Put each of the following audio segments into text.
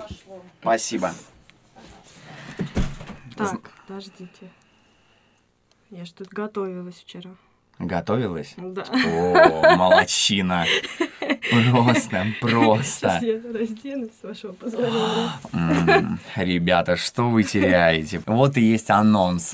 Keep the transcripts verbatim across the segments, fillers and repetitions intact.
Спасибо. Так, подождите. Я ж тут готовилась вчера. Готовилась? Да. О, молодчина. Просто, просто. Сейчас я разденусь, с вашего позволения. М, Ребята, что вы теряете? Вот и есть анонс.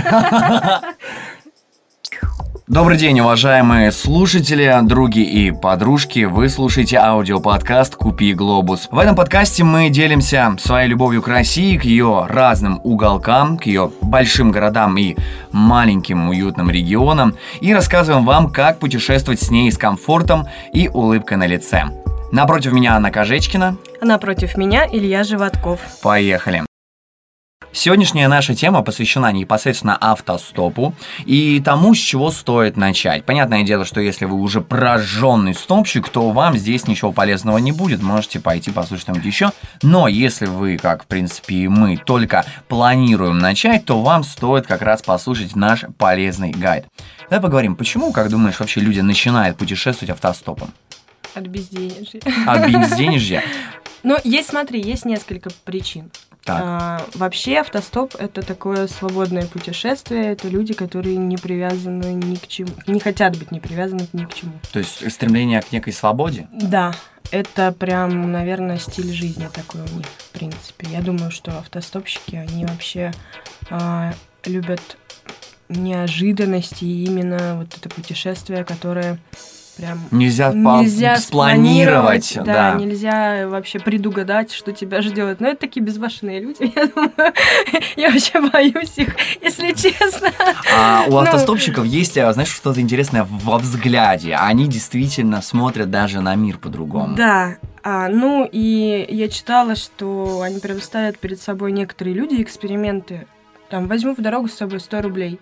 Добрый день, уважаемые слушатели, други и подружки. Вы слушаете аудиоподкаст «Купи глобус». В этом подкасте мы делимся своей любовью к России, к ее разным уголкам, к ее большим городам и маленьким уютным регионам, и рассказываем вам, как путешествовать с ней с комфортом и улыбкой на лице. Напротив меня Анна Кожечкина. А напротив меня Илья Животков. Поехали. Сегодняшняя наша тема посвящена непосредственно автостопу и тому, с чего стоит начать. Понятное дело, что если вы уже прожженный стопщик, то вам здесь ничего полезного не будет, можете пойти послушать что-нибудь еще. Но если вы, как в принципе и мы, только планируем начать, то вам стоит как раз послушать наш полезный гайд. Давай поговорим, почему, как думаешь, вообще люди начинают путешествовать автостопом? От безденежья. От безденежья? Ну, есть, смотри, есть несколько причин. А, вообще автостоп — это такое свободное путешествие, это люди, которые не привязаны ни к чему, не хотят быть не привязаны ни к чему. То есть стремление к некой свободе? Да, это прям, наверное, стиль жизни такой у них, в принципе. Я думаю, что автостопщики, они вообще а, любят неожиданности, и именно вот это путешествие, которое... Прям нельзя, нельзя по- спланировать, да, да. Нельзя вообще предугадать, что тебя ждет. Но это такие безбашенные люди, я думаю. Я вообще боюсь их, если честно. А у ну... автостопщиков есть, знаешь, что-то интересное во взгляде. Они действительно смотрят даже на мир по-другому. Да. А, ну и я читала, что они прям ставят перед собой некоторые люди эксперименты. Там, возьму в дорогу с собой сто рублей.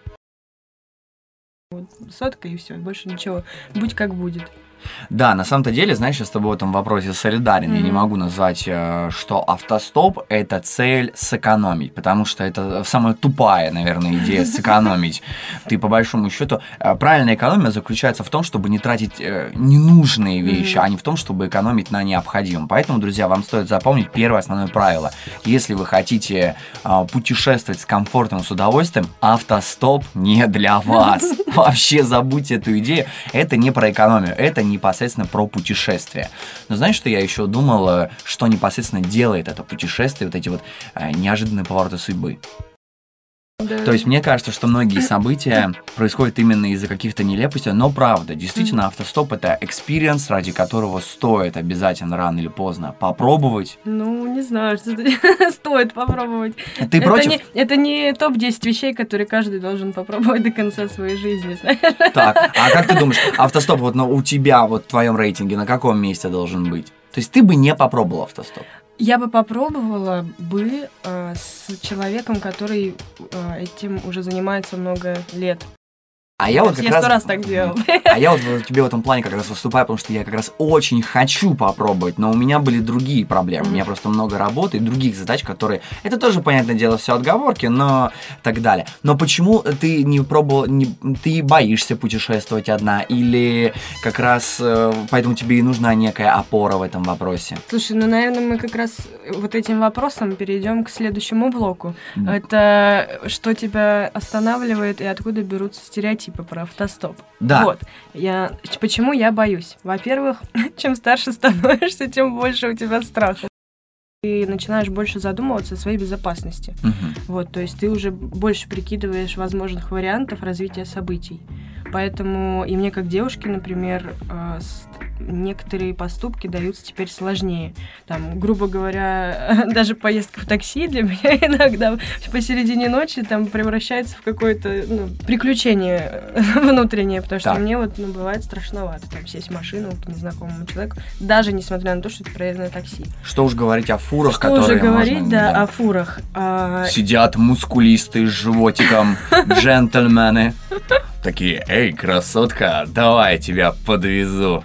Сотка и все, больше ничего. Будь как будет. Да, на самом-то деле, знаешь, я с тобой в этом вопросе солидарен. Mm-hmm. Я не могу назвать, что автостоп – это цель сэкономить, потому что это самая тупая, наверное, идея сэкономить. Ты, по большому счету, правильная экономия заключается в том, чтобы не тратить ненужные вещи, mm-hmm. а не в том, чтобы экономить на необходимом. Поэтому, друзья, вам стоит запомнить первое основное правило. Если вы хотите путешествовать с комфортом и с удовольствием, автостоп не для вас. Вообще забудьте эту идею. Это не про экономию, это не непосредственно про путешествие. Но знаешь, что я еще думал, что непосредственно делает это путешествие, вот эти вот э, неожиданные повороты судьбы? Да. То есть мне кажется, что многие события происходят именно из-за каких-то нелепостей, но правда, действительно, автостоп — это экспириенс, ради которого стоит обязательно рано или поздно попробовать. Ну, не знаю, что стоит попробовать. Ты это против? Не, это не топ десять вещей, которые каждый должен попробовать до конца своей жизни, знаешь? Так, а как ты думаешь, автостоп вот ну, у тебя, вот в твоем рейтинге, на каком месте должен быть? То есть ты бы не попробовал автостоп? Я бы попробовала бы э, с человеком, который э, этим уже занимается много лет. А я вот как я раз... сто раз так делал. А я вот тебе в этом плане как раз выступаю, потому что я как раз очень хочу попробовать, но у меня были другие проблемы. Mm-hmm. У меня просто много работы и других задач, которые... Это тоже, понятное дело, все отговорки, но так далее. Но почему ты не пробовал... Не... Ты боишься путешествовать одна? Или как раз поэтому тебе и нужна некая опора в этом вопросе? Слушай, ну, наверное, мы как раз вот этим вопросом перейдем к следующему блоку. Mm-hmm. Это что тебя останавливает и откуда берутся стереотипы про автостоп. Да. Вот. Я, почему я боюсь? Во-первых, чем старше становишься, тем больше у тебя страха. Ты начинаешь больше задумываться о своей безопасности. Uh-huh. Вот, то есть ты уже больше прикидываешь возможных вариантов развития событий. Поэтому и мне как девушке, например, некоторые поступки даются теперь сложнее. Там, грубо говоря, даже поездка в такси для меня иногда посередине ночи там превращается в какое-то ну, приключение внутреннее, потому что так. мне вот ну, бывает страшновато там сесть в машину к незнакомому человеку, даже несмотря на то, что это проездное такси. Что уж говорить о фурах, что которые уже говорить, можно, да, да, о фурах. А... Сидят мускулисты с животиком, джентльмены. Такие, эй, красотка, давай я тебя подвезу.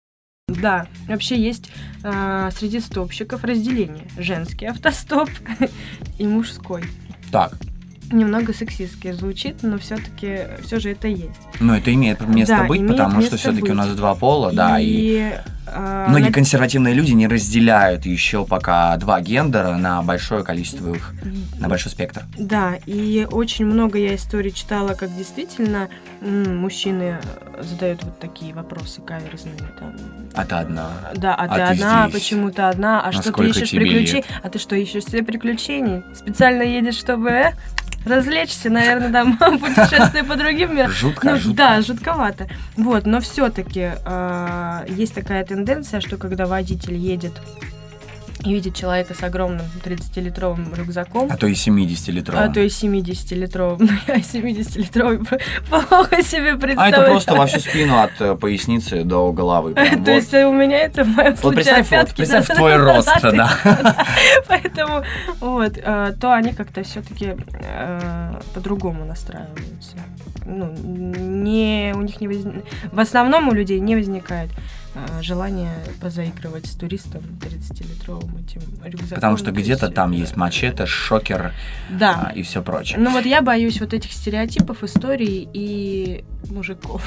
Да, вообще есть э, среди стопщиков разделение. Женский автостоп и мужской. Так, немного сексистски звучит, но все-таки все же это есть. Но это имеет место да, быть, имеет потому место что все-таки быть. у нас два пола, и, да, и а, многие на... консервативные люди не разделяют еще пока два гендера на большое количество их, на большой спектр. Да, и очень много я историй читала, как действительно м- мужчины задают вот такие вопросы каверзные. Там. А ты одна. Да, а, а ты, ты одна, здесь. почему ты одна, а А что ты сколько ищешь тебе приключений? лет? А ты что, ищешь себе приключений? Специально едешь, чтобы э, развлечься, наверное, там путешествие по другим мирам. Жутко, ну, жутко. Да, жутковато. Вот, но все-таки э, есть такая тенденция, что когда водитель едет и видит человека с огромным тридцатилитровым рюкзаком, А то и семидесятилитровым. а то и семидесятилитровым, ну я семидесятилитровый плохо себе А представляю. это просто во всю спину от э, поясницы до головы. прям. То Вот. есть у меня это в моем Вот случае представь, вот, опятки представь на- твой рост, назад. да. Поэтому вот, э, то они как-то все-таки по-другому настраиваются. Ну, не, у них не возник... В основном у людей не возникает э, желания позаигрывать с туристом тридцатилитровым этим рюкзаком. Потому что То где-то есть, там э, есть мачете, шокер Да. а, и все прочее. Ну вот я боюсь вот этих стереотипов, историй и мужиков.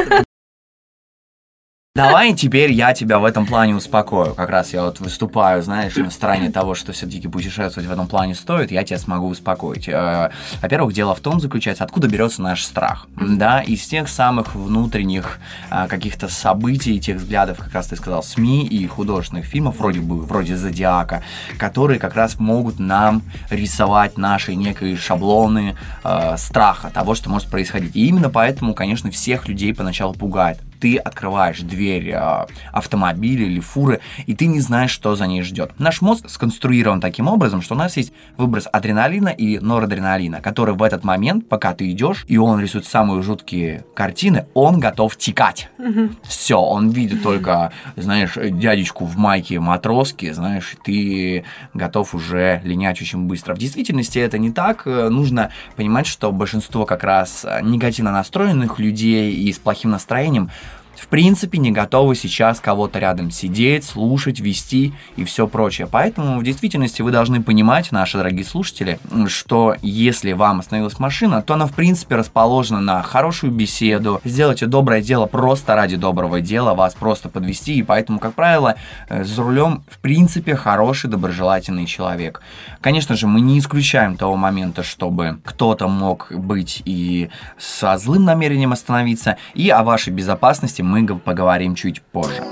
Давай теперь я тебя в этом плане успокою. Как раз я вот выступаю, знаешь, на стороне того, что все-таки путешествовать в этом плане стоит, я тебя смогу успокоить. Э, Во-первых, дело в том заключается, откуда берется наш страх. Да, из тех самых внутренних а, каких-то событий, тех взглядов, как раз ты сказал, СМИ и художественных фильмов, вроде бы, вроде «Зодиака», которые как раз могут нам рисовать наши некие шаблоны э, страха того, что может происходить. И именно поэтому, конечно, всех людей поначалу пугает. Ты открываешь дверь э, автомобиля или фуры, и ты не знаешь, что за ней ждет. Наш мозг сконструирован таким образом, что у нас есть выброс адреналина и норадреналина, который в этот момент, пока ты идешь, и он рисует самые жуткие картины, он готов текать. Все, он видит только, знаешь, дядечку в майке матроски, знаешь, ты готов уже линять очень быстро. В действительности это не так. Нужно понимать, что большинство как раз негативно настроенных людей и с плохим настроением в принципе не готовы сейчас кого-то рядом сидеть, слушать, вести и все прочее. Поэтому в действительности вы должны понимать, наши дорогие слушатели, что если вам остановилась машина, то она в принципе расположена на хорошую беседу, сделайте доброе дело просто ради доброго дела, вас просто подвести, и поэтому, как правило, за рулем в принципе хороший, доброжелательный человек. Конечно же, мы не исключаем того момента, чтобы кто-то мог быть и со злым намерением остановиться, и о вашей безопасности мы поговорим чуть позже.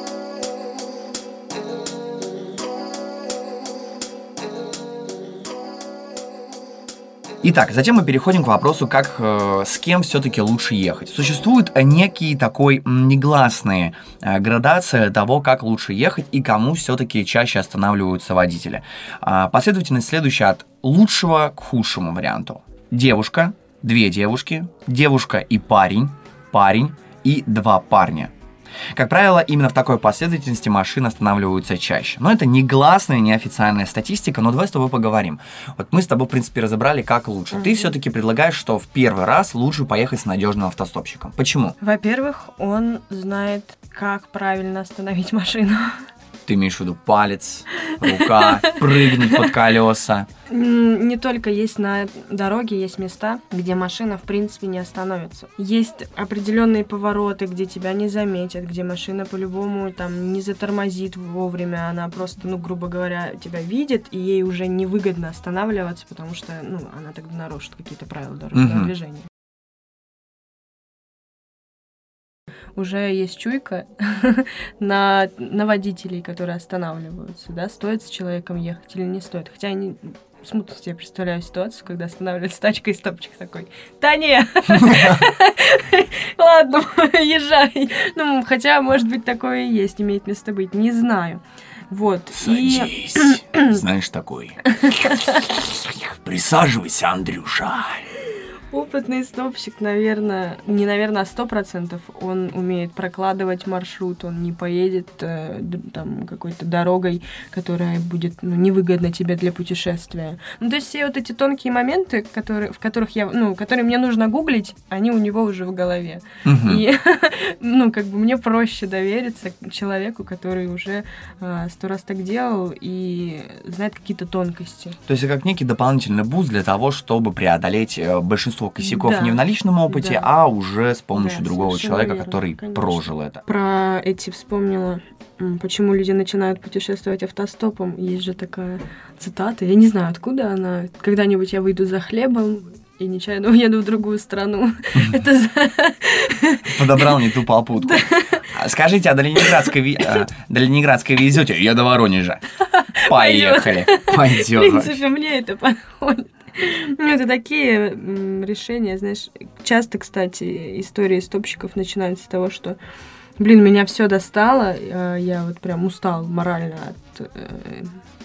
Итак, затем мы переходим к вопросу, как э, с кем все-таки лучше ехать. Существует некий такой негласная э, градация того, как лучше ехать и кому все-таки чаще останавливаются водители. А, последовательность следующая от лучшего к худшему варианту. Девушка, две девушки, девушка и парень, парень и два парня. Как правило, именно в такой последовательности машины останавливаются чаще. Но это негласная, неофициальная статистика, но давай с тобой поговорим. Вот мы с тобой, в принципе, разобрали, как лучше. Mm-hmm. Ты все-таки предлагаешь, что в первый раз лучше поехать с надежным автостопщиком. Почему? Во-первых, он знает, как правильно остановить машину. Ты имеешь в виду палец, рука, прыгнуть под колеса? Не только есть на дороге, есть места, где машина, в принципе, не остановится. Есть определенные повороты, где тебя не заметят, где машина по-любому там не затормозит вовремя, она просто, ну, грубо говоря, тебя видит, и ей уже невыгодно останавливаться, потому что, ну, она тогда нарушит какие-то правила дорожного mm-hmm. движения. Уже есть чуйка на, на водителей, которые останавливаются, да, стоит с человеком ехать или не стоит. Хотя они смутно себе представляю ситуацию, когда останавливается тачка и стопчик такой: да не, ладно, езжай. Ну, хотя, может быть, такое и есть, имеет место быть, не знаю. Вот. Садись, знаешь, такой. Присаживайся, Андрюша. Опытный стопщик, наверное, не наверное, а сто процентов он умеет прокладывать маршрут, он не поедет э, там какой-то дорогой, которая будет ну, невыгодна тебе для путешествия. Ну, то есть все вот эти тонкие моменты, которые, в которых я, ну, которые мне нужно гуглить, они у него уже в голове. Uh-huh. И, ну, как бы мне проще довериться человеку, который уже э, сто раз так делал и знает какие-то тонкости. То есть это как некий дополнительный буст для того, чтобы преодолеть большинство косяков да. не в наличном опыте, да. а уже с помощью да, другого человека, верно, который конечно. прожил это. Про эти вспомнила, почему люди начинают путешествовать автостопом. Есть же такая цитата, я не знаю, откуда она. Когда-нибудь я выйду за хлебом и нечаянно уеду в другую страну. Подобрал не ту попутку. Скажите, а до Ленинградской везете? Я до Воронежа. Поехали. Пойдем. В принципе, мне это подходит. Ну, это такие м, решения, знаешь, часто, кстати, истории стопщиков начинаются с того, что, блин, меня все достало, я вот прям устал морально от э,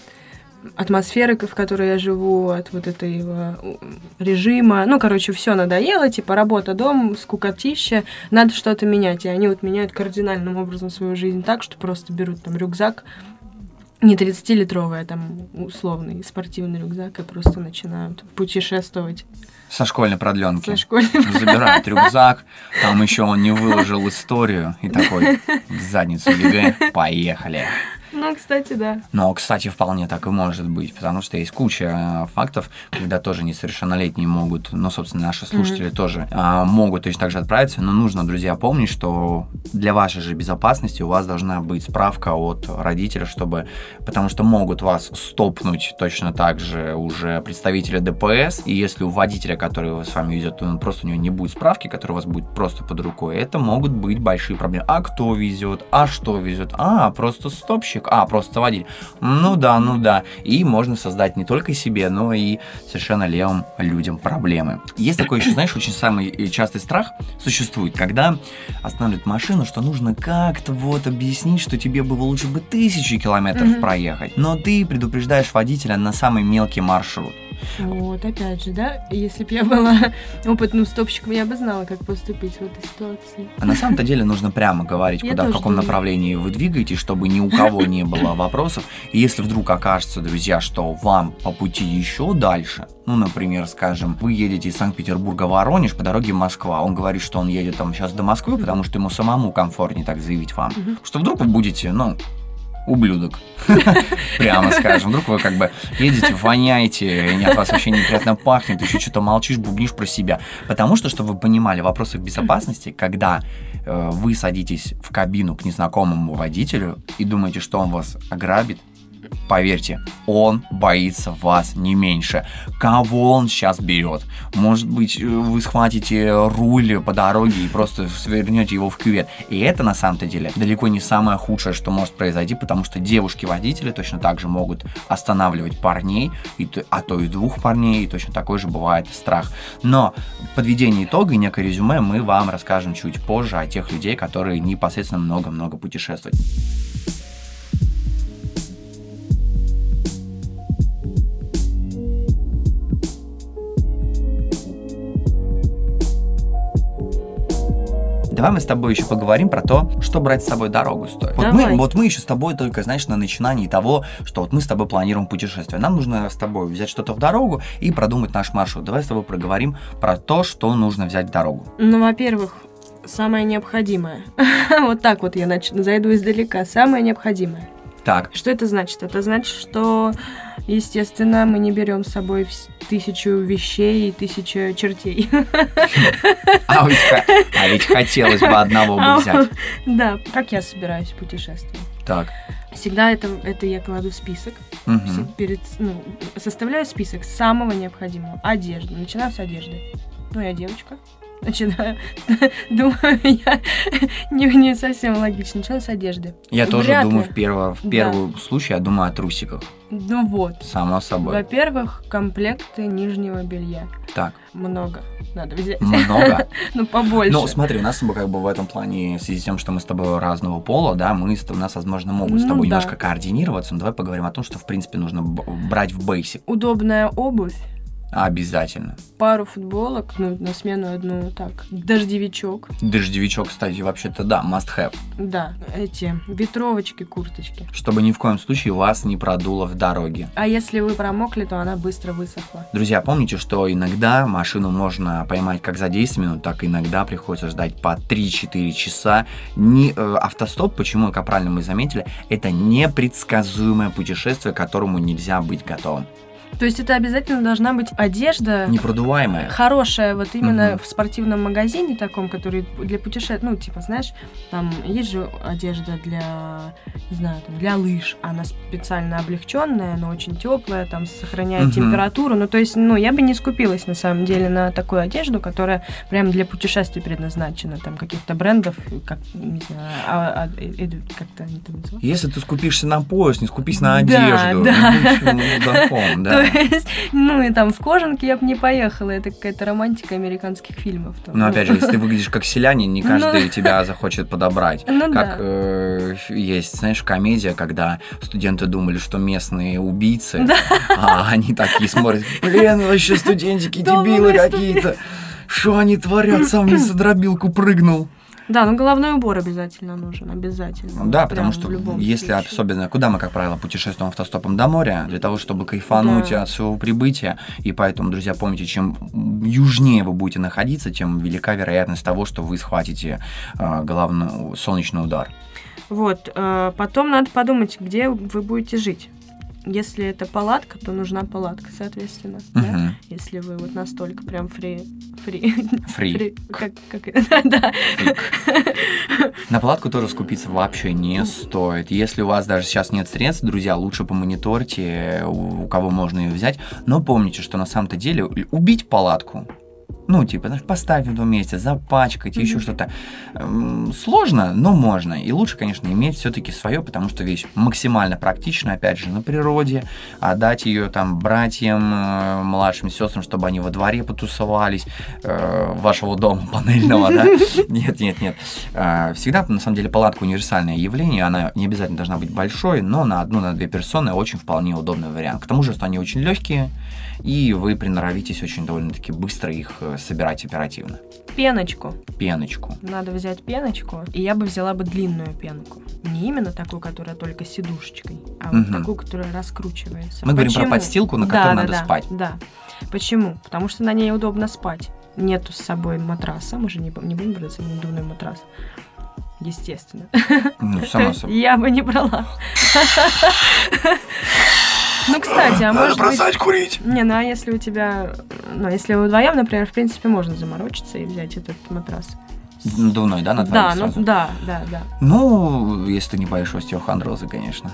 атмосферы, в которой я живу, от вот этого режима, ну, короче, все надоело, типа работа, дом, скукотища, надо что-то менять, и они вот меняют кардинальным образом свою жизнь так, что просто берут там рюкзак, не тридцатилитровый, а там условный спортивный рюкзак, и просто начинают путешествовать. Со школьной продленки. Со школьной Забирают рюкзак, там еще он не выложил историю, и такой в задницу ЕГЭ, поехали. Ну, кстати, да. Но, кстати, вполне так и может быть, потому что есть куча фактов, когда тоже несовершеннолетние могут, ну, собственно, наши слушатели mm-hmm. тоже а, могут точно так же отправиться, но нужно, друзья, помнить, что для вашей же безопасности у вас должна быть справка от родителя, чтобы, потому что могут вас стопнуть точно так же уже представители ДПС, и если у водителя, который с вами везет, он просто у него не будет справки, которая у вас будет просто под рукой, это могут быть большие проблемы. А кто везет? А что везет? А, просто стопщик. А, просто водитель. Ну да, ну да. И можно создать не только себе, но и совершенно левым людям проблемы. Есть такой еще, знаешь, очень самый частый страх существует, когда останавливают машину, что нужно как-то вот объяснить, что тебе было лучше бы тысячи километров mm-hmm. проехать, но ты предупреждаешь водителя на самый мелкий маршрут. Вот, опять же, да, если бы я была опытным стопщиком, я бы знала, как поступить в этой ситуации. А на самом-то деле нужно прямо говорить, куда, в каком думаю. направлении вы двигаетесь, чтобы ни у кого не было вопросов. И если вдруг окажется, друзья, что вам по пути еще дальше, ну, например, скажем, вы едете из Санкт-Петербурга в Воронеж по дороге в Москву, он говорит, что он едет там сейчас до Москвы, потому что ему самому комфортнее так заявить вам, что вдруг вы будете, ну... ублюдок, прямо скажем. Вдруг вы как бы едете, воняете, и от вас вообще неприятно пахнет, еще что-то молчишь, бубнишь про себя. Потому что, чтобы вы понимали, в вопросах безопасности, когда э, вы садитесь в кабину к незнакомому водителю и думаете, что он вас ограбит, поверьте, он боится вас не меньше. Кого он сейчас берет? Может быть, вы схватите руль по дороге и просто свернете его в кювет. И это, на самом-то деле, далеко не самое худшее, что может произойти, потому что девушки-водители точно так же могут останавливать парней, и, а то и двух парней, и точно такой же бывает страх. Но подведение итога и некое резюме мы вам расскажем чуть позже о тех людей, которые непосредственно много-много путешествуют. Давай мы с тобой еще поговорим про то, что брать с собой дорогу стоит. Вот мы, вот мы еще с тобой только, знаешь, на начинании того, что вот мы с тобой планируем путешествие. Нам нужно с тобой взять что-то в дорогу и продумать наш маршрут. Давай с тобой проговорим про то, что нужно взять в дорогу. Ну, во-первых, самое необходимое. Вот так вот я начну, зайду издалека. Самое необходимое. Так. Что это значит? Это значит, что, естественно, мы не берем с собой тысячу вещей и тысячу чертей. А ведь, а ведь хотелось бы одного бы взять. Да, как я собираюсь путешествовать. Так. Всегда это, это я кладу в список. Угу. Перед, ну, составляю список самого необходимого. Одежда. Начинаю с одежды. Ну, я девочка. Начинаю, думаю, я не, не совсем логично. Начинаю с одежды. Я Вряд тоже думаю, ли. в, перво, в первый да. случай я думаю о трусиках. Ну вот. Само собой. Во-первых, комплекты нижнего белья. Так. Много надо взять. Много? Ну, побольше. Ну, смотри, у нас с тобой как бы в этом плане, в связи с тем, что мы с тобой разного пола, да, мы, у нас, возможно, могут с тобой ну, немножко да. координироваться, но давай поговорим о том, что, в принципе, нужно брать в бейсик. Удобная обувь. Обязательно. Пару футболок, ну, на смену одну, так, дождевичок. Дождевичок, кстати, вообще-то, да, must have. Да, эти ветровочки, курточки. Чтобы ни в коем случае вас не продуло в дороге. А если вы промокли, то она быстро высохла. Друзья, помните, что иногда машину можно поймать как за десять минут, так и иногда приходится ждать по три-четыре часа. Не, э, автостоп, почему, как правильно мы заметили, это непредсказуемое путешествие, к которому нельзя быть готовым. То есть это обязательно должна быть одежда непродуваемая, хорошая, вот именно Мгм. в спортивном магазине таком, который для путешествий, ну, типа, знаешь, там есть же одежда для, не знаю, там, для лыж, она специально облегченная, но очень теплая, там, сохраняет Мгм. температуру, ну, то есть, ну, я бы не скупилась, на самом деле, на такую одежду, которая прям для путешествий предназначена, там, каких-то брендов, как, не знаю, а, а, э, как-то они там называют. Если ты скупишься на пояс, не скупись на Да, одежду. да. Ну, мудаком, да. То есть, ну и там в кожанке я бы не поехала, это какая-то романтика американских фильмов. Там. Но опять же, если ты выглядишь как селянин, не каждый Ну. тебя захочет подобрать. Ну Как да. э, есть, знаешь, комедия, когда студенты думали, что местные убийцы, а они такие смотрят, блин, вообще студентики Да, дебилы мы какие-то. Что они творят? Сам не за дробилку прыгнул. Да, ну головной убор обязательно нужен, обязательно. Да, Прям потому в что любом если случае. особенно, куда мы, как правило, путешествуем автостопом до моря, для того, чтобы кайфануть Да. от своего прибытия, и поэтому, друзья, помните, чем южнее вы будете находиться, тем велика вероятность того, что вы схватите э, головной солнечный удар. Вот, э, потом надо подумать, где вы будете жить. Если это палатка, то нужна палатка, соответственно. Да? Мгм. Если вы вот настолько прям фри... Фри. Фри. фри как, как это? Да. На палатку тоже скупиться вообще не стоит. Если у вас даже сейчас нет средств, друзья, лучше помониторьте, у у кого можно ее взять. Но помните, что на самом-то деле убить палатку, ну, типа, знаешь, поставить в одном месте, запачкать, еще Мгм. что-то. Эм, Сложно, но можно. И лучше, конечно, иметь все-таки свое, потому что вещь максимально практична, опять же, на природе. Отдать ее там братьям, э, младшим сестрам, чтобы они во дворе потусовались, э, вашего дома панельного, да? Нет, нет, нет. Э, Всегда, на самом деле, палатка универсальное явление. Она не обязательно должна быть большой, но на одну, на две персоны очень вполне удобный вариант. К тому же, что они очень легкие, и вы приноровитесь очень довольно-таки быстро их э, собирать оперативно. Пеночку. Пеночку. Надо взять пеночку, и я бы взяла бы длинную пенку. Не именно такую, которая только сидушечкой, а вот Мгм. такую, которая раскручивается. Мы говорим про Почему? подстилку, на Да, которой да, надо да, спать. Да. Почему? Потому что на ней удобно спать. Нету с собой матраса, мы же не, не будем брать надувной матрас. Естественно. Ну, само собой. Я бы не брала. Ну, кстати, а может быть... курить! Не, ну а если у тебя... Ну, если вы вдвоем, например, в принципе, можно заморочиться и взять этот матрас. Надувной, да, на Да, двоих ну сразу? да, да, да. Ну, если ты не боишься остеохондроза, конечно.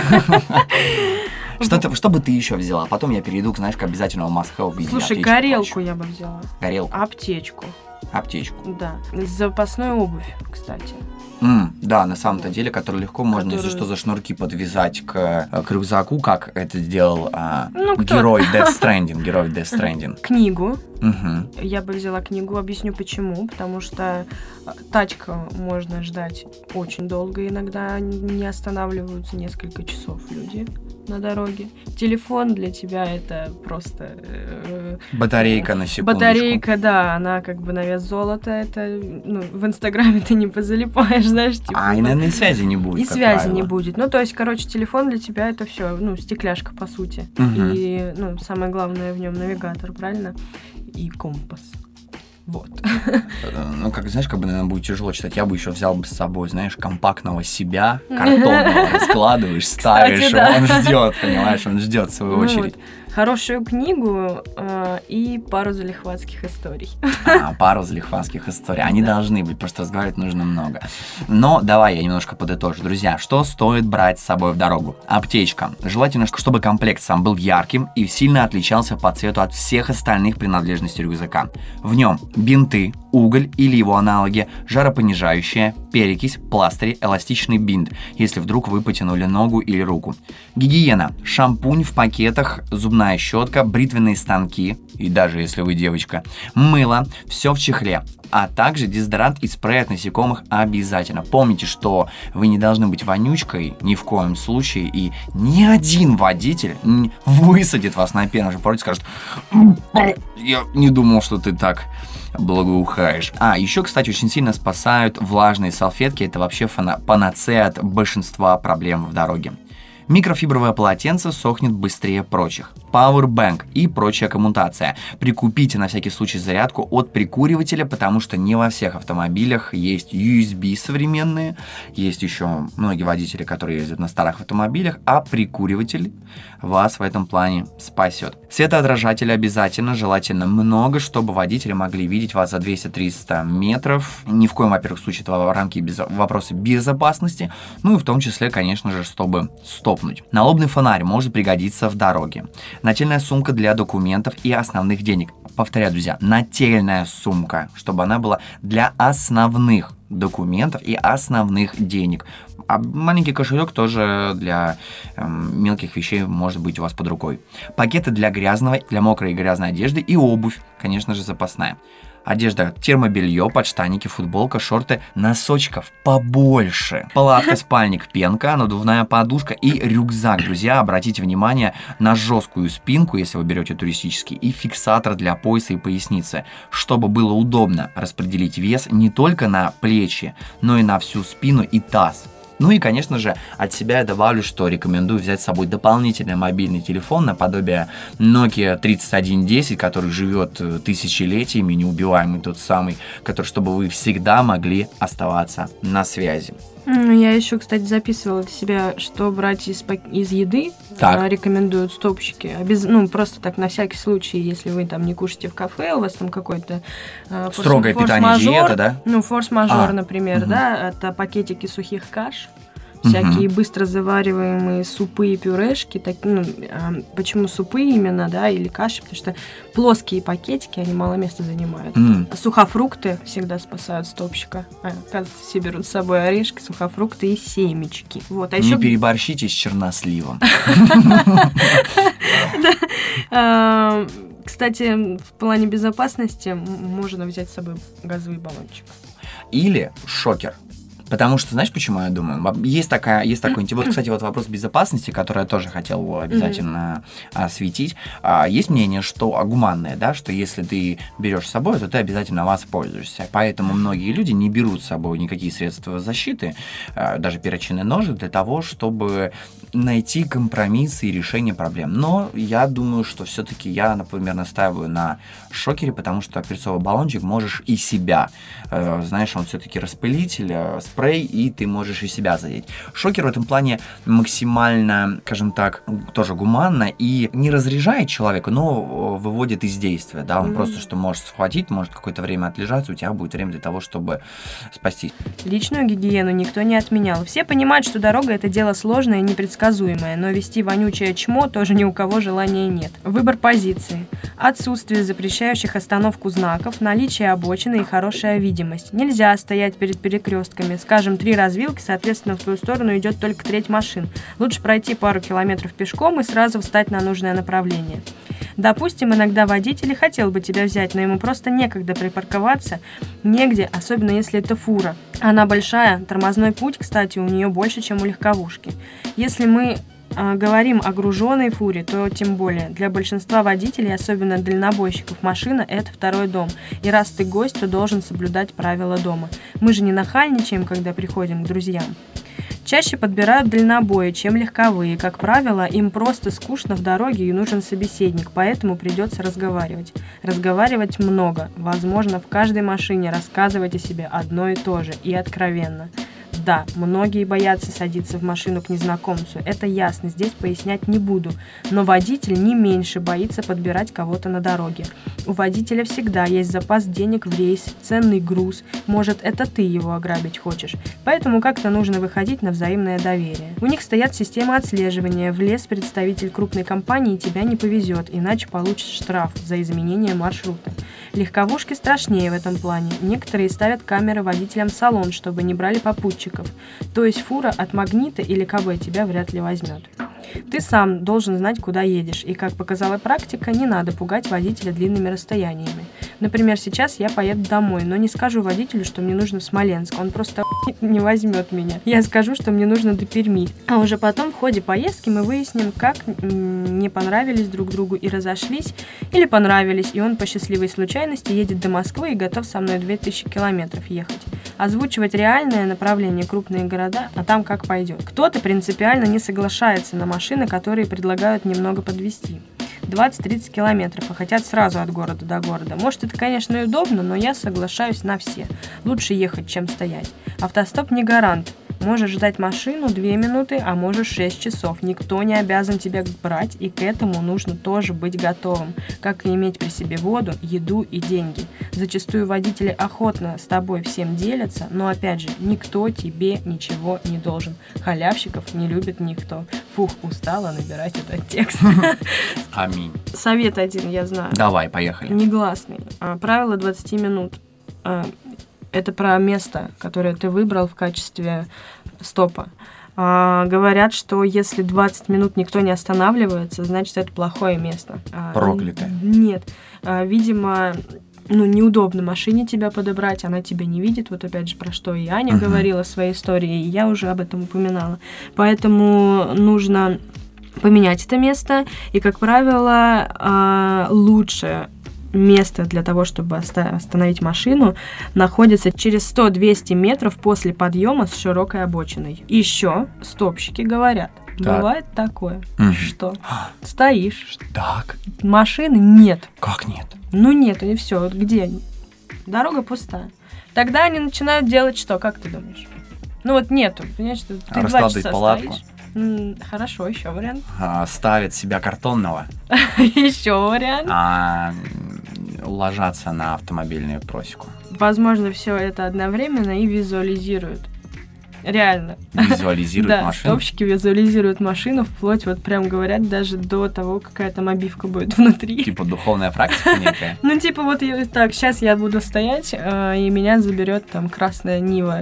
Что, ты, что бы ты еще взяла? Потом я перейду, знаешь, к обязательному must-have в виде Слушай, аптечки горелку плаща. я бы взяла. Горелку, Аптечку, аптечку. да. Запасную обувь, кстати. М, да, на самом-то деле, который легко можно, если Которую- что, за шнурки подвязать к, э, к рюкзаку, как это сделал а, Ну, кто? герой Death Stranding. Герой Death Stranding. Книгу. Мгм. Я бы взяла книгу, объясню почему. Потому что э, тачка можно ждать очень долго, иногда не останавливаются несколько часов люди на дороге. Телефон для тебя это просто... э, Батарейка на секундочку. Батарейка, да, она как бы на вес золота. Это, ну, в Инстаграме ты не позалипаешь, знаешь, типа. А, и, ну, наверное, и связи не будет, и как связи правило. не будет. Ну, то есть, короче, телефон для тебя это все, ну, стекляшка, по сути. Мгм. И, ну, самое главное в нем навигатор, правильно? И компас. Вот. Э, Ну, как, знаешь, как бы, наверное, будет тяжело читать. Я бы еще взял бы с собой, знаешь, компактного себя, картонного, раскладываешь, ставишь, да. он ждет, понимаешь, он ждет свою Ну очередь. вот. Хорошую книгу э, и пару залихватских историй. А, пару залихватских историй. Они должны быть, просто разговаривать нужно много. Но давай я немножко подытожу. Друзья, что стоит брать с собой в дорогу? Аптечка. Желательно, чтобы комплект сам был ярким и сильно отличался по цвету от всех остальных принадлежностей рюкзака. В нем бинты, уголь или его аналоги, жаропонижающее, перекись, пластыри, эластичный бинт, если вдруг вы потянули ногу или руку. Гигиена. Шампунь в пакетах, зубная щетка, бритвенные станки, и даже если вы девочка, мыло, все в чехле, а также дезодорант и спрей от насекомых обязательно. Помните, что вы не должны быть вонючкой ни в коем случае, и ни один водитель не высадит вас на первом же повороте и скажет: я не думал, что ты так благоухаешь. А, еще, кстати, очень сильно спасают влажные салфетки. Это вообще фана- панацея от большинства проблем в дороге. Микрофибровое полотенце сохнет быстрее прочих. Powerbank и прочая коммутация. Прикупите на всякий случай зарядку от прикуривателя, потому что не во всех автомобилях есть ю эс би современные. Есть еще многие водители, которые ездят на старых автомобилях, а прикуриватель вас в этом плане спасет. Светоотражатели обязательно, желательно много, чтобы водители могли видеть вас за двести-триста метров. Ни в коем, во-первых, случае это в рамки без... вопросы безопасности, ну и в том числе, конечно же, чтобы стопнуть. Налобный фонарь может пригодиться в дороге. Нательная сумка для документов и основных денег. Повторяю, друзья, нательная сумка, чтобы она была для основных документов и основных денег. А маленький кошелек тоже для э, мелких вещей может быть у вас под рукой. Пакеты для грязного, для мокрой и грязной одежды и обувь, конечно же, запасная. Одежда, термобелье, подштанники, футболка, шорты, носочков побольше. Палатка, спальник, пенка, надувная подушка и рюкзак. Друзья, обратите внимание на жесткую спинку, если вы берете туристический, и фиксатор для пояса и поясницы, чтобы было удобно распределить вес не только на плечи, но и на всю спину и таз. Ну и, конечно же, от себя я добавлю, что рекомендую взять с собой дополнительный мобильный телефон наподобие Nokia тридцать один десять, который живет тысячелетиями, неубиваемый тот самый, который, чтобы вы всегда могли оставаться на связи. Я еще, кстати, записывала для себя, что брать из, из еды. Так. Рекомендуют стопщики. Без, ну, просто так, на всякий случай, если вы там не кушаете в кафе, у вас там какой-то э, строгое форс, питание, форс-мажор, диета, да? Ну, форс-мажор, а. например, угу. да, это пакетики сухих каш. Всякие угу. быстро завариваемые супы и пюрешки. Так, ну, а почему супы именно, да, или каши? Потому что плоские пакетики, они мало места занимают. Mm. Сухофрукты всегда спасают стопщика. А, оказывается, все берут с собой орешки, сухофрукты и семечки. Вот. А Не еще... переборщите с черносливом. Кстати, в плане безопасности можно взять с собой газовый баллончик. Или шокер. Потому что, знаешь, почему я думаю? Есть, такая, есть такой, вот, кстати, вот вопрос безопасности, который я тоже хотел обязательно mm-hmm. осветить. Есть мнение, что гуманное, да, что если ты берешь с собой, то ты обязательно воспользуешься. Поэтому многие люди не берут с собой никакие средства защиты, даже перочинный ножик, для того, чтобы найти компромиссы и решение проблем. Но я думаю, что все-таки я, например, настаиваю на шокере, потому что перцовый баллончик можешь и себя, знаешь, он все-таки распылитель, спрей, и ты можешь и себя задеть. Шокер в этом плане максимально, скажем так, тоже гуманно и не разряжает человека, но выводит из действия, да, он mm-hmm. просто что может схватить, может какое-то время отлежаться, у тебя будет время для того, чтобы спастись. Личную гигиену никто не отменял. Все понимают, что дорога — это дело сложное и непредсказуемое, но вести вонючее чмо тоже ни у кого желания нет. Выбор позиции, отсутствие запрещающих остановку знаков, наличие обочины и хорошая видимость. Нельзя стоять перед перекрестками. Скажем, три развилки, соответственно, в твою сторону идет только треть машин. Лучше пройти пару километров пешком и сразу встать на нужное направление. Допустим, иногда водитель хотел бы тебя взять, но ему просто некогда припарковаться, негде, особенно если это фура. Она большая, тормозной путь, кстати, у нее больше, чем у легковушки. Если мы э, говорим о груженной фуре, то тем более. Для большинства водителей, особенно дальнобойщиков, машина – это второй дом. И раз ты гость, то должен соблюдать правила дома. Мы же не нахальничаем, когда приходим к друзьям. Чаще подбирают дальнобои, чем легковые. Как правило, им просто скучно в дороге и нужен собеседник, поэтому придется разговаривать. Разговаривать много. Возможно, в каждой машине рассказывать о себе одно и то же, и откровенно. Да, многие боятся садиться в машину к незнакомцу, это ясно, здесь пояснять не буду. Но водитель не меньше боится подбирать кого-то на дороге. У водителя всегда есть запас денег в рейс, ценный груз. Может, это ты его ограбить хочешь. Поэтому как-то нужно выходить на взаимное доверие. У них стоят системы отслеживания. Влез представитель крупной компании, тебя не повезет, иначе получишь штраф за изменение маршрута. Легковушки страшнее в этом плане. Некоторые ставят камеры водителям в салон, чтобы не брали попутчиков. То есть фура от Магнита или КБ тебя вряд ли возьмет. Ты сам должен знать, куда едешь, и, как показала практика, не надо пугать водителя длинными расстояниями. Например, сейчас я поеду домой, но не скажу водителю, что мне нужно в Смоленск, он просто не возьмет меня. Я скажу, что мне нужно до Перми. А уже потом в ходе поездки мы выясним, как не понравились друг другу и разошлись, или понравились, и он по счастливой случайности едет до Москвы и готов со мной две тысячи километров ехать. Озвучивать реальное направление крупные города, а там как пойдет. Кто-то принципиально не соглашается на машины, которые предлагают немного подвезти. двадцать-тридцать километров, а хотят сразу от города до города. Может, это, конечно, и удобно, но я соглашаюсь на все. Лучше ехать, чем стоять. Автостоп не гарант. Можешь ждать машину две минуты, а можешь шесть часов. Никто не обязан тебя брать, и к этому нужно тоже быть готовым. Как и иметь при себе воду, еду и деньги. Зачастую водители охотно с тобой всем делятся, но, опять же, никто тебе ничего не должен. Халявщиков не любит никто. Фух, устала набирать этот текст. Аминь. Совет один, я знаю. Давай, поехали. Негласный. Правило двадцать минут. Это про место, которое ты выбрал в качестве стопа. А, говорят, что если двадцать минут никто не останавливается, значит, это плохое место. Проклятое. А, нет. А, видимо, ну, неудобно машине тебя подобрать, она тебя не видит. Вот опять же, про что и Аня uh-huh. говорила в своей истории, и я уже об этом упоминала. Поэтому нужно поменять это место, и, как правило, а, лучше... место для того, чтобы остановить машину, находится через сто-двести метров после подъема с широкой обочиной. Еще стопщики говорят, так. Бывает такое, угу. что стоишь, так. машины нет. Как нет? Ну нет, и все. Вот где они? Дорога пустая. Тогда они начинают делать что? Как ты думаешь? Ну вот нету, понимаешь, ты а два часа палатку. Стоишь. М- хорошо, еще вариант. А, ставит себя картонного. Еще вариант. А, ложатся на автомобильную просеку. Возможно, все это одновременно и визуализируют. Реально. Визуализируют да, машину? Да, стопщики визуализируют машину вплоть, вот прям говорят, даже до того, какая там обивка будет внутри. Типа духовная практика некая? Ну, типа вот так, сейчас я буду стоять, и меня заберет там красная Нива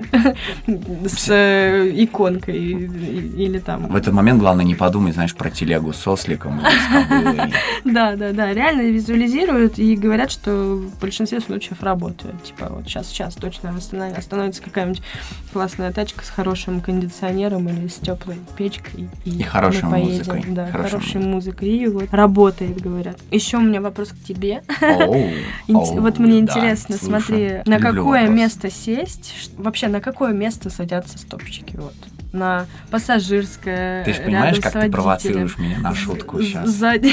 с иконкой или там... В этот момент главное не подумать, знаешь, про телегу с осликом или с кобылой. Да, да, да, реально визуализируют и говорят, что в большинстве случаев работают. Типа вот сейчас, сейчас точно остановится какая-нибудь классная тачка с хорошим кондиционером или с теплой печкой. И, и хорошей музыкой. Да, хорошей музыкой. И вот работает, говорят. Еще у меня вопрос к тебе. Oh, oh, вот мне да, интересно, слушаю. смотри, на Люблю какое вопрос. место сесть, вообще на какое место садятся стопщики? Вот. На пассажирское. Ты же понимаешь, как ты провоцируешь меня на шутку сейчас. Сзади.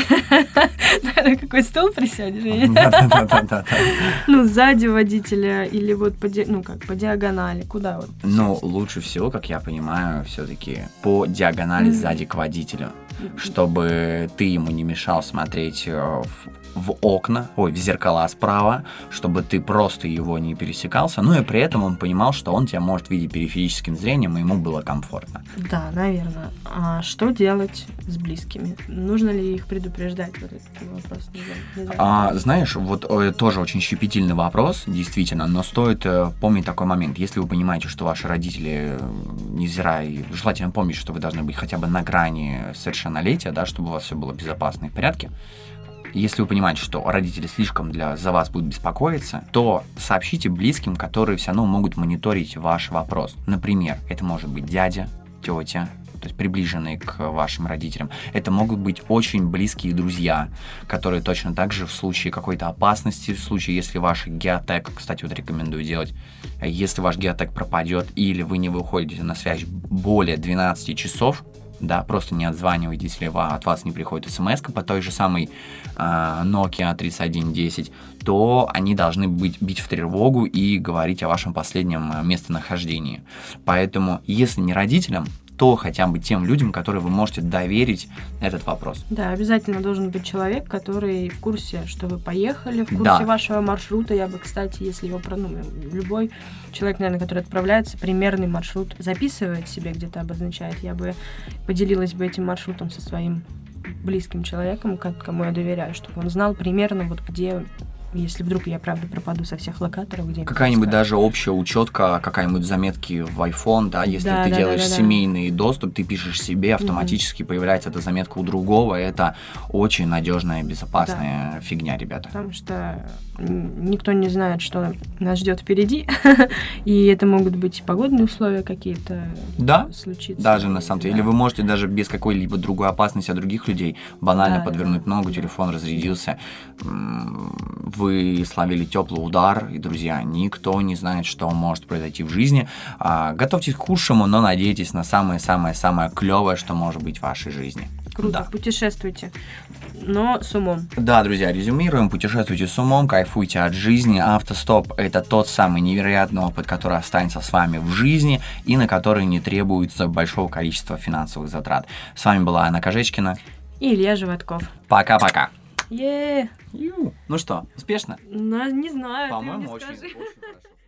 На какой стол присядешь? Да-да-да. Ну, сзади водителя или вот по ну как по диагонали. Куда вот? Ну, лучше всего, как я понимаю, все-таки по диагонали сзади к водителю, чтобы ты ему не мешал смотреть в в окна, ой, в зеркала справа, чтобы ты просто его не пересекался, ну и при этом он понимал, что он тебя может видеть периферическим зрением, и ему было комфортно. Да, наверное. А что делать с близкими? Нужно ли их предупреждать? Вот этот вопрос. Не знаю, не знаю. А, знаешь, вот э, тоже очень щепетильный вопрос, действительно, но стоит э, помнить такой момент. Если вы понимаете, что ваши родители, невзирая, и желательно помнить, что вы должны быть хотя бы на грани совершеннолетия, да, чтобы у вас все было безопасно и в порядке. Если вы понимаете, что родители слишком для, за вас будут беспокоиться, то сообщите близким, которые все равно могут мониторить ваш вопрос. Например, это может быть дядя, тетя, то есть приближенные к вашим родителям. Это могут быть очень близкие друзья, которые точно так же в случае какой-то опасности, в случае, если ваш геотег, кстати, вот рекомендую делать, если ваш геотег пропадет или вы не выходите на связь более двенадцати часов, да, просто не отзванивайтесь, если от вас не приходит смс по той же самой э, Nokia тридцать один десять, то они должны быть, бить в тревогу и говорить о вашем последнем местонахождении. Поэтому, если не родителям, то хотя бы тем людям, которые вы можете доверить этот вопрос. Да, обязательно должен быть человек, который в курсе, что вы поехали, в курсе Да. вашего маршрута. Я бы, кстати, если его про, ну, любой человек, наверное, который отправляется, примерный маршрут записывает себе, где-то обозначает. Я бы поделилась бы этим маршрутом со своим близким человеком, кому я доверяю, чтобы он знал примерно вот где. Если вдруг я, правда, пропаду со всех локаторов, где... Какая-нибудь даже общая учетка, какая-нибудь заметки в iPhone, да, если да, ты да, делаешь да, да, семейный да. доступ, ты пишешь себе, автоматически mm-hmm. появляется эта заметка у другого, это очень надежная, безопасная да. фигня, ребята. Потому что никто не знает, что нас ждет впереди, и это могут быть погодные условия какие-то да? случиться. Даже на самом деле. Да. Или вы можете даже без какой-либо другой опасности от других людей банально да, подвернуть да. ногу, телефон разрядился, вы словили теплый удар, и, друзья, никто не знает, что может произойти в жизни. А, готовьтесь к худшему, но надейтесь на самое-самое-самое клевое, что может быть в вашей жизни. Круто, да. Путешествуйте, но с умом. Да, друзья, резюмируем, путешествуйте с умом, кайфуйте от жизни. Автостоп – это тот самый невероятный опыт, который останется с вами в жизни и на который не требуется большого количества финансовых затрат. С вами была Анна Кожечкина и Илья Животков. Пока-пока. Yeah. Ну что, успешно? Ну, не знаю. По-моему, очень, очень хорошо.